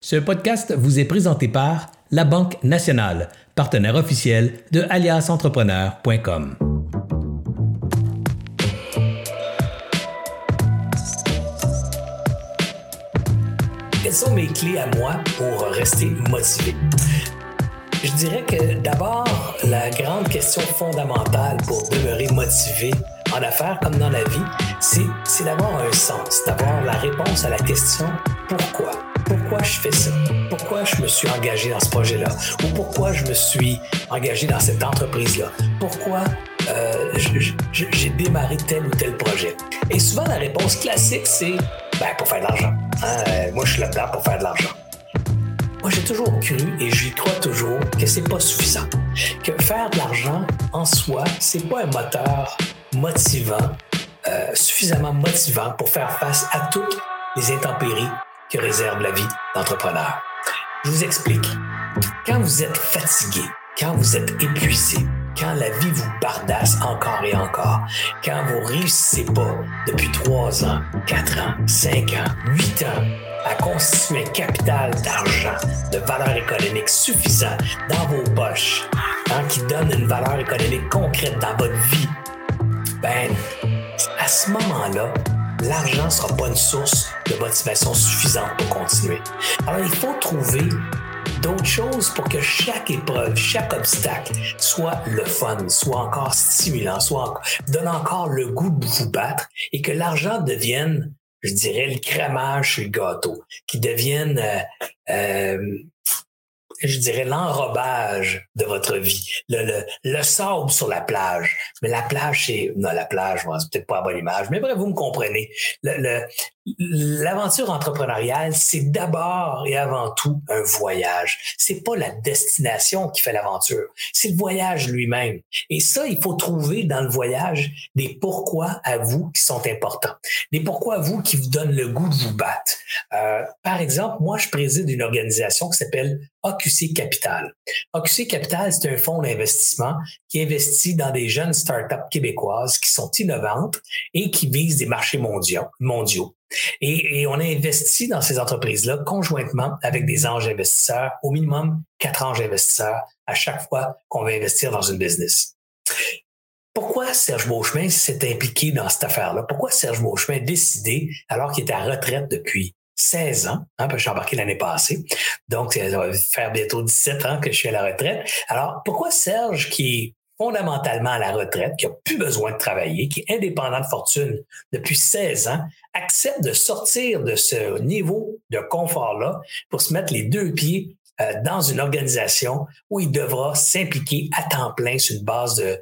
Ce podcast vous est présenté par La Banque Nationale, partenaire officiel de aliasentrepreneur.com. Quelles sont mes clés à moi pour rester motivé? Je dirais que d'abord, la grande question fondamentale pour demeurer motivé en affaires comme dans la vie, c'est d'avoir un sens, d'avoir la réponse à la question « Pourquoi? Pourquoi je fais ça? Pourquoi je me suis engagé dans ce projet-là? Ou pourquoi je me suis engagé dans cette entreprise-là? Pourquoi j'ai démarré tel ou tel projet? » Et souvent, la réponse classique, c'est « pour faire de l'argent. Moi, je suis là-dedans pour faire de l'argent. » Moi, j'ai toujours cru et j'y crois toujours que c'est pas suffisant. Que faire de l'argent en soi, c'est pas un moteur motivant, suffisamment motivant pour faire face à toutes les intempéries que réserve la vie d'entrepreneur. Je vous explique. Quand vous êtes fatigué, quand vous êtes épuisé, quand la vie vous bardasse encore et encore, quand vous réussissez pas depuis 3 ans, 4 ans, 5 ans, 8 ans, à constituer un capital d'argent, de valeur économique suffisant dans vos poches, qui donne une valeur économique concrète dans votre vie, à ce moment-là, l'argent ne sera pas une source de motivation suffisante pour continuer. Alors, il faut trouver d'autres choses pour que chaque épreuve, chaque obstacle soit le fun, soit encore stimulant, donne encore le goût de vous battre et que l'argent devienne, je dirais, le crémage sur le gâteau, qui devienne, je dirais, l'enrobage de votre vie, le sable sur la plage. Mais la plage, c'est peut-être pas la bonne image, mais bref, vous me comprenez. L'aventure entrepreneuriale, c'est d'abord et avant tout un voyage. C'est pas la destination qui fait l'aventure, c'est le voyage lui-même. Et ça, il faut trouver dans le voyage des pourquoi à vous qui sont importants, des pourquoi à vous qui vous donnent le goût de vous battre. Par exemple, moi, je préside une organisation qui s'appelle AQC Capital. AQC Capital, c'est un fonds d'investissement qui investit dans des jeunes startups québécoises qui sont innovantes et qui visent des marchés mondiaux. Et on a investi dans ces entreprises-là conjointement avec des anges investisseurs, au minimum 4 anges investisseurs à chaque fois qu'on va investir dans une business. Pourquoi Serge Beauchemin s'est impliqué dans cette affaire-là? Pourquoi Serge Beauchemin a décidé, alors qu'il était à retraite depuis 16 ans, parce que je suis embarqué l'année passée, donc ça va faire bientôt 17 ans que je suis à la retraite. Alors, pourquoi Serge, qui est fondamentalement à la retraite, qui n'a plus besoin de travailler, qui est indépendant de fortune depuis 16 ans, accepte de sortir de ce niveau de confort-là pour se mettre les 2 pieds dans une organisation où il devra s'impliquer à temps plein sur une base de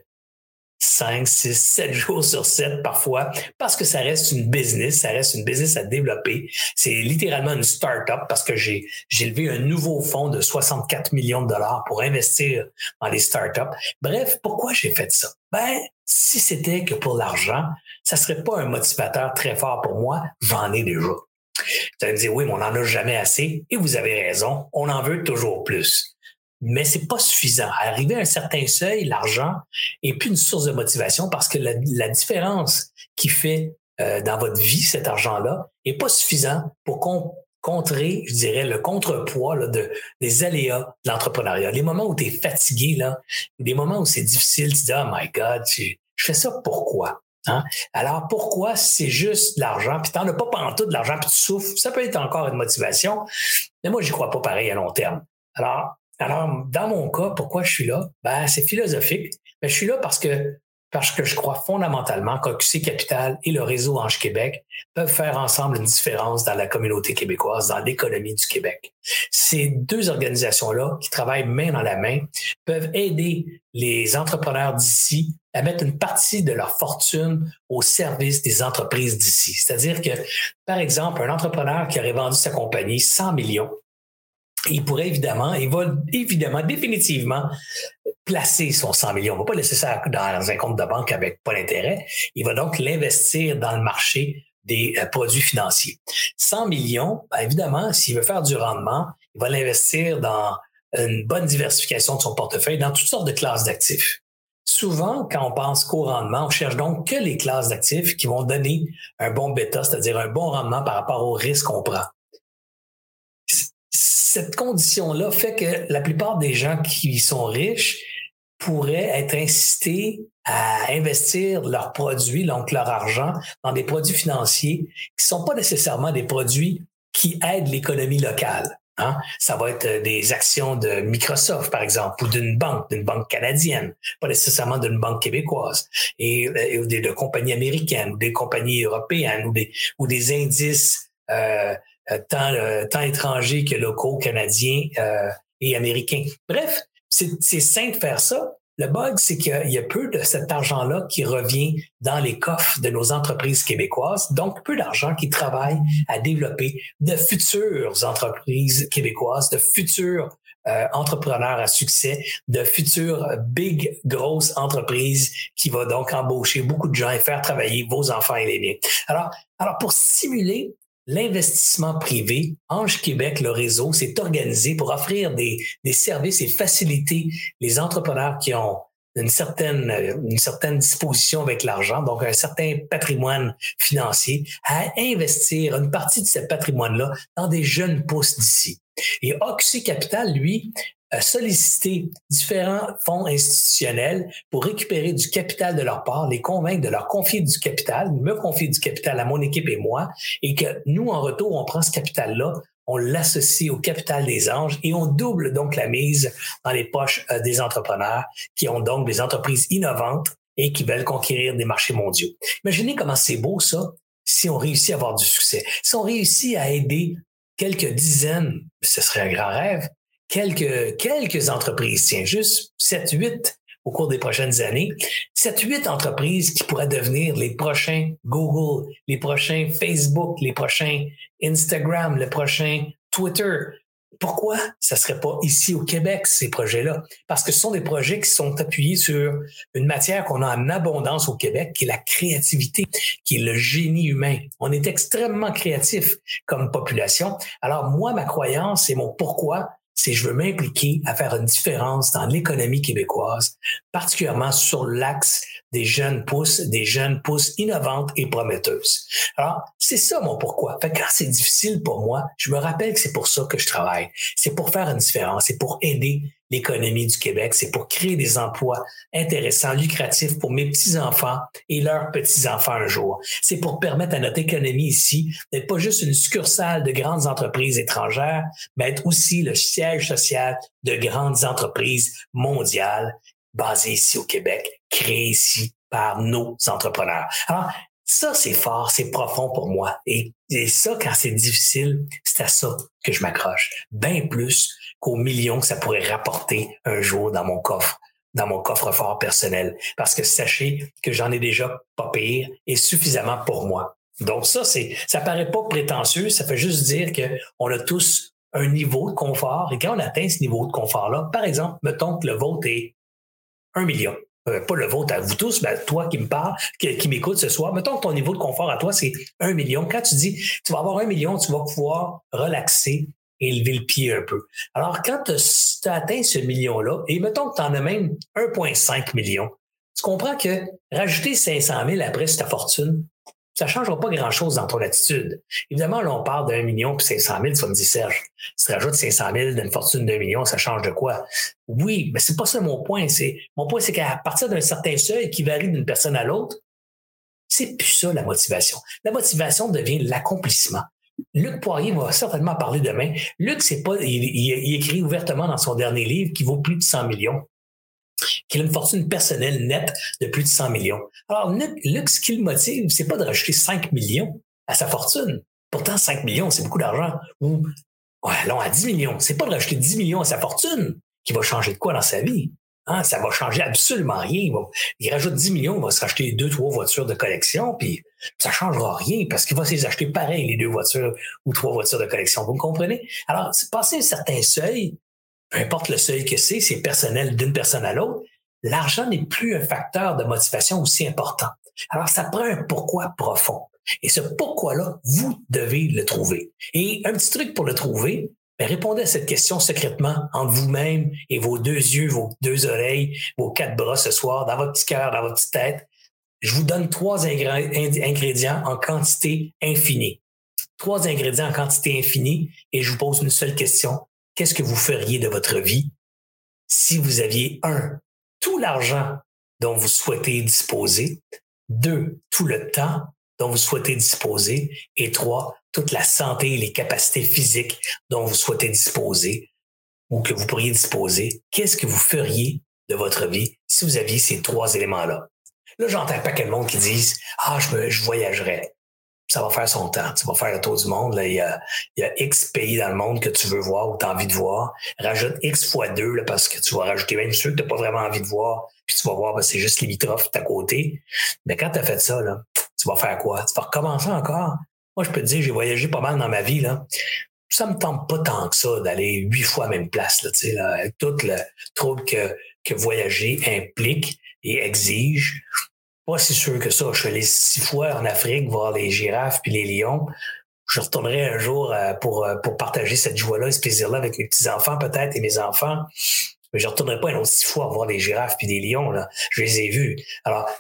5, 6, 7 jours sur 7 parfois, parce que ça reste une business à développer. C'est littéralement une start-up parce que j'ai levé un nouveau fonds de 64 millions de dollars pour investir dans les start-up. Bref, pourquoi j'ai fait ça? Si c'était que pour l'argent, ça serait pas un motivateur très fort pour moi, j'en ai déjà. Vous allez me dire, oui, mais on n'en a jamais assez, et vous avez raison, on en veut toujours plus. Mais c'est pas suffisant. Arriver à un certain seuil, l'argent est plus une source de motivation parce que la différence qui fait dans votre vie, cet argent-là, est pas suffisant pour contrer, je dirais, le contrepoids des aléas de l'entrepreneuriat. Les moments où tu es fatigué, des moments où c'est difficile, tu dis « Oh my God, je fais ça pourquoi? » Alors, pourquoi c'est juste de l'argent, puis tu n'en as pas pantoute de l'argent, puis tu souffres, ça peut être encore une motivation, mais moi, j'y crois pas pareil à long terme. Alors, dans mon cas, pourquoi je suis là? C'est philosophique. Mais je suis là parce que je crois fondamentalement qu'AQC Capital et le réseau Ange Québec peuvent faire ensemble une différence dans la communauté québécoise, dans l'économie du Québec. Ces 2 organisations-là, qui travaillent main dans la main, peuvent aider les entrepreneurs d'ici à mettre une partie de leur fortune au service des entreprises d'ici. C'est-à-dire que, par exemple, un entrepreneur qui aurait vendu sa compagnie 100 millions, il va définitivement placer son 100 millions. On ne va pas laisser ça dans un compte de banque avec pas d'intérêt. Il va donc l'investir dans le marché des produits financiers. 100 millions, évidemment, s'il veut faire du rendement, il va l'investir dans une bonne diversification de son portefeuille dans toutes sortes de classes d'actifs. Souvent, quand on pense qu'au rendement, on cherche donc que les classes d'actifs qui vont donner un bon bêta, c'est-à-dire un bon rendement par rapport au risque qu'on prend. cette condition-là fait que la plupart des gens qui sont riches pourraient être incités à investir leurs produits, donc leur argent, dans des produits financiers qui ne sont pas nécessairement des produits qui aident l'économie locale. Hein? Ça va être des actions de Microsoft, par exemple, ou d'une banque canadienne, pas nécessairement d'une banque québécoise, et de compagnies américaines, ou des compagnies européennes, ou des indices tant étrangers que locaux, canadiens et américains. Bref, c'est sain de faire ça. Le bug, c'est qu'il y a peu de cet argent-là qui revient dans les coffres de nos entreprises québécoises, donc peu d'argent qui travaille à développer de futures entreprises québécoises, de futurs entrepreneurs à succès, de futures grosses entreprises qui vont donc embaucher beaucoup de gens et faire travailler vos enfants et les miens. Alors pour stimuler l'investissement privé, Ange Québec, le réseau, s'est organisé pour offrir des services et faciliter les entrepreneurs qui ont une certaine disposition avec l'argent, donc un certain patrimoine financier, à investir une partie de ce patrimoine-là dans des jeunes pousses d'ici. Et OQC Capital, lui, a sollicité différents fonds institutionnels pour récupérer du capital de leur part, les convaincre de leur confier du capital, me confier du capital à mon équipe et moi, et que nous, en retour, on prend ce capital-là, on l'associe au capital des anges et on double donc la mise dans les poches des entrepreneurs qui ont donc des entreprises innovantes et qui veulent conquérir des marchés mondiaux. Imaginez comment c'est beau ça, si on réussit à avoir du succès. Si on réussit à aider quelques dizaines, ce serait un grand rêve, quelques entreprises, tiens, juste 7-8 au cours des prochaines années, 7-8 entreprises qui pourraient devenir les prochains Google, les prochains Facebook, les prochains Instagram, les prochains Twitter. Pourquoi ça ne serait pas ici au Québec, ces projets-là? Parce que ce sont des projets qui sont appuyés sur une matière qu'on a en abondance au Québec, qui est la créativité, qui est le génie humain. On est extrêmement créatif comme population. Alors moi, ma croyance et mon pourquoi, c'est que je veux m'impliquer à faire une différence dans l'économie québécoise, particulièrement sur l'axe des jeunes pousses innovantes et prometteuses. Alors, c'est ça mon pourquoi. Fait que quand c'est difficile pour moi, je me rappelle que c'est pour ça que je travaille. C'est pour faire une différence, c'est pour aider l'économie du Québec, c'est pour créer des emplois intéressants, lucratifs pour mes petits-enfants et leurs petits-enfants un jour. C'est pour permettre à notre économie ici d'être pas juste une succursale de grandes entreprises étrangères, mais être aussi le siège social de grandes entreprises mondiales basées ici au Québec, créées ici par nos entrepreneurs. Alors, ça, c'est fort, c'est profond pour moi. Et ça, quand c'est difficile, c'est à ça que je m'accroche. Bien plus qu'aux millions que ça pourrait rapporter un jour dans mon coffre-fort personnel. Parce que sachez que j'en ai déjà pas pire et suffisamment pour moi. Donc ça paraît pas prétentieux, ça fait juste dire qu'on a tous un niveau de confort. Et quand on atteint ce niveau de confort-là, par exemple, mettons que le vôtre est 1 million. Pas le vôtre à vous tous, mais toi qui me parles, qui m'écoute ce soir, mettons que ton niveau de confort à toi, c'est 1 million. Quand tu dis, tu vas avoir 1 million, tu vas pouvoir relaxer et lever le pied un peu. Alors, quand tu as atteint ce million-là, et mettons que tu en as même 1,5 million, tu comprends que rajouter 500 000 après sur ta fortune, ça ne changera pas grand-chose dans ton attitude. Évidemment, là, on parle d'1 million puis 500 000, tu vas me dire, Serge, si tu rajoutes 500 000 d'une fortune d'1 million, ça change de quoi? Oui, mais c'est pas ça mon point. Mon point, c'est qu'à partir d'un certain seuil qui varie d'une personne à l'autre, c'est plus ça la motivation. La motivation devient l'accomplissement. Luc Poirier va certainement parler demain. Luc, il écrit ouvertement dans son dernier livre qui vaut plus de 100 millions. Qu'il a une fortune personnelle nette de plus de 100 millions. Alors, Luc, ce qui le motive, c'est pas de rajouter 5 millions à sa fortune. Pourtant, 5 millions, c'est beaucoup d'argent. Ou, allons à 10 millions. C'est pas de rajouter 10 millions à sa fortune qui va changer de quoi dans sa vie. Hein? Ça va changer absolument rien. Il rajoute 10 millions, il va se racheter 2-3 voitures de collection, puis ça changera rien parce qu'il va se les acheter pareil, les 2 voitures ou 3 voitures de collection. Vous me comprenez? Alors, c'est passer un certain seuil, peu importe le seuil que c'est personnel d'une personne à l'autre, l'argent n'est plus un facteur de motivation aussi important. Alors, ça prend un pourquoi profond. Et ce pourquoi-là, vous devez le trouver. Et un petit truc pour le trouver, répondez à cette question secrètement entre vous-même et vos 2 yeux, vos 2 oreilles, vos 4 bras ce soir, dans votre petit cœur, dans votre petite tête. Je vous donne 3 ingrédients en quantité infinie. 3 ingrédients en quantité infinie et je vous pose une seule question. qu'est-ce que vous feriez de votre vie si vous aviez tout l'argent dont vous souhaitez disposer, 2, tout le temps dont vous souhaitez disposer, et 3, toute la santé et les capacités physiques dont vous souhaitez disposer ou que vous pourriez disposer. Qu'est-ce que vous feriez de votre vie si vous aviez ces 3 éléments-là? Là, j'entends pas quel monde qui dise « Ah, je voyagerais. » Ça va faire son temps. Tu vas faire le tour du monde. Là, il y a X pays dans le monde que tu veux voir ou tu as envie de voir. Rajoute X fois 2 là, parce que tu vas rajouter même ceux que tu n'as pas vraiment envie de voir. Puis tu vas voir, ben, c'est juste limitrophe à côté. Mais quand tu as fait ça, là, tu vas faire quoi? Tu vas recommencer encore? Moi, je peux te dire, j'ai voyagé pas mal dans ma vie. Là. Ça me tente pas tant que ça d'aller 8 fois à la même place. Là, là, avec tout le trouble que voyager implique et exige. Pas si sûr que ça. Je suis allé 6 fois en Afrique voir les girafes puis les lions. Je retournerai un jour pour partager cette joie-là et ce plaisir-là avec mes petits-enfants peut-être et mes enfants. Mais je retournerai pas un autre 6 fois voir des girafes puis des lions. Là. Je les ai vus. Alors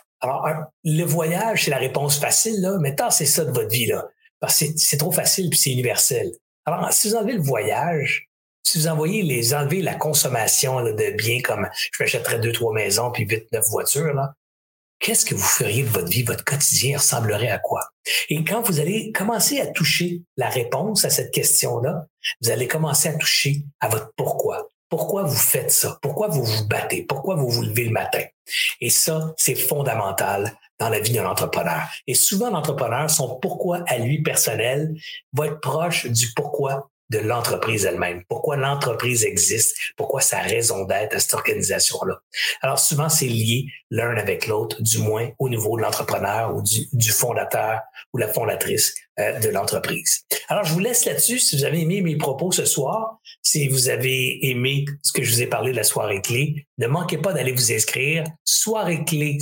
le voyage, c'est la réponse facile, là, mais c'est ça de votre vie, là. Parce que c'est trop facile puis c'est universel. Alors, si vous enlevez le voyage, si vous enlevez la consommation là, de biens comme je m'achèterais 2-3 maisons puis 8-9 voitures, là, qu'est-ce que vous feriez de votre vie, votre quotidien ressemblerait à quoi? Et quand vous allez commencer à toucher la réponse à cette question-là, vous allez commencer à toucher à votre pourquoi. Pourquoi vous faites ça? Pourquoi vous vous battez? Pourquoi vous vous levez le matin? Et ça, c'est fondamental dans la vie d'un entrepreneur. Et souvent, l'entrepreneur, son pourquoi à lui personnel va être proche du pourquoi de l'entreprise elle-même. Pourquoi l'entreprise existe? Pourquoi sa raison d'être à cette organisation-là? Alors souvent, c'est lié l'un avec l'autre, du moins au niveau de l'entrepreneur ou du fondateur ou la fondatrice de l'entreprise. Alors, je vous laisse là-dessus. Si vous avez aimé mes propos ce soir, si vous avez aimé ce que je vous ai parlé de la soirée clé, ne manquez pas d'aller vous inscrire. Soirée-clé,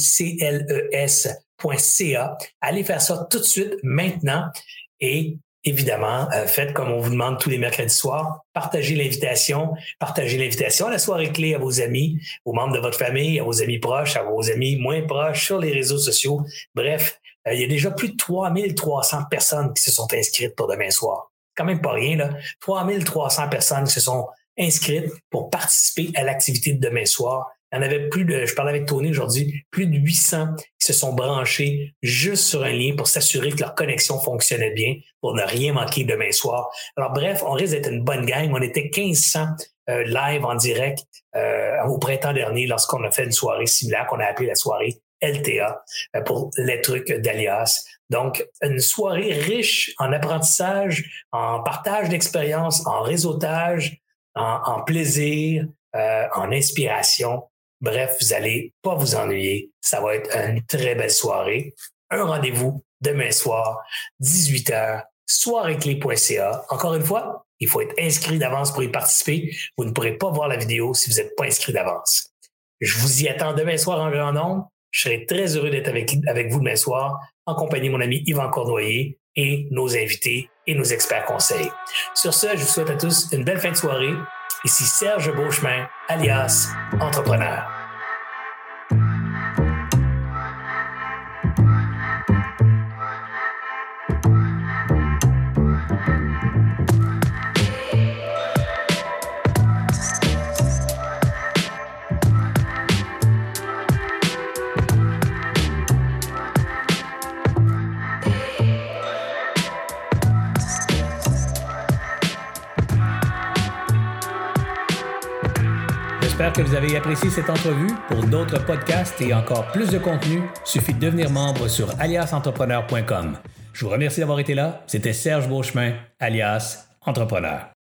CLES.ca. Allez faire ça tout de suite, maintenant. Et évidemment, faites comme on vous demande tous les mercredis soirs. Partagez l'invitation à la soirée clé à vos amis, aux membres de votre famille, à vos amis proches, à vos amis moins proches, sur les réseaux sociaux. Bref, il y a déjà plus de 3300 personnes qui se sont inscrites pour demain soir. C'est quand même pas rien, là. 3300 personnes qui se sont inscrites pour participer à l'activité de demain soir. Il y en avait je parlais avec Tony aujourd'hui, plus de 800 qui se sont branchés juste sur un lien pour s'assurer que leur connexion fonctionnait bien, pour ne rien manquer demain soir. Alors bref, on risque d'être une bonne gang. On était 1500 live en direct au printemps dernier lorsqu'on a fait une soirée similaire qu'on a appelée la soirée LTA pour les trucs d'Alias. Donc, une soirée riche en apprentissage, en partage d'expériences, en réseautage, en plaisir, en inspiration. Bref, vous allez pas vous ennuyer. Ça va être une très belle soirée. Un rendez-vous demain soir, 18h, soireeclé.ca. Encore une fois, il faut être inscrit d'avance pour y participer. Vous ne pourrez pas voir la vidéo si vous n'êtes pas inscrit d'avance. Je vous y attends demain soir en grand nombre. Je serai très heureux d'être avec vous demain soir, en compagnie de mon ami Yvan Cournoyer et nos invités et nos experts conseils. Sur ce, je vous souhaite à tous une belle fin de soirée. Ici Serge Beauchemin, alias Entrepreneur. J'espère que vous avez apprécié cette entrevue. Pour d'autres podcasts et encore plus de contenu, suffit de devenir membre sur aliasentrepreneur.com. Je vous remercie d'avoir été là. C'était Serge Beauchemin, alias Entrepreneur.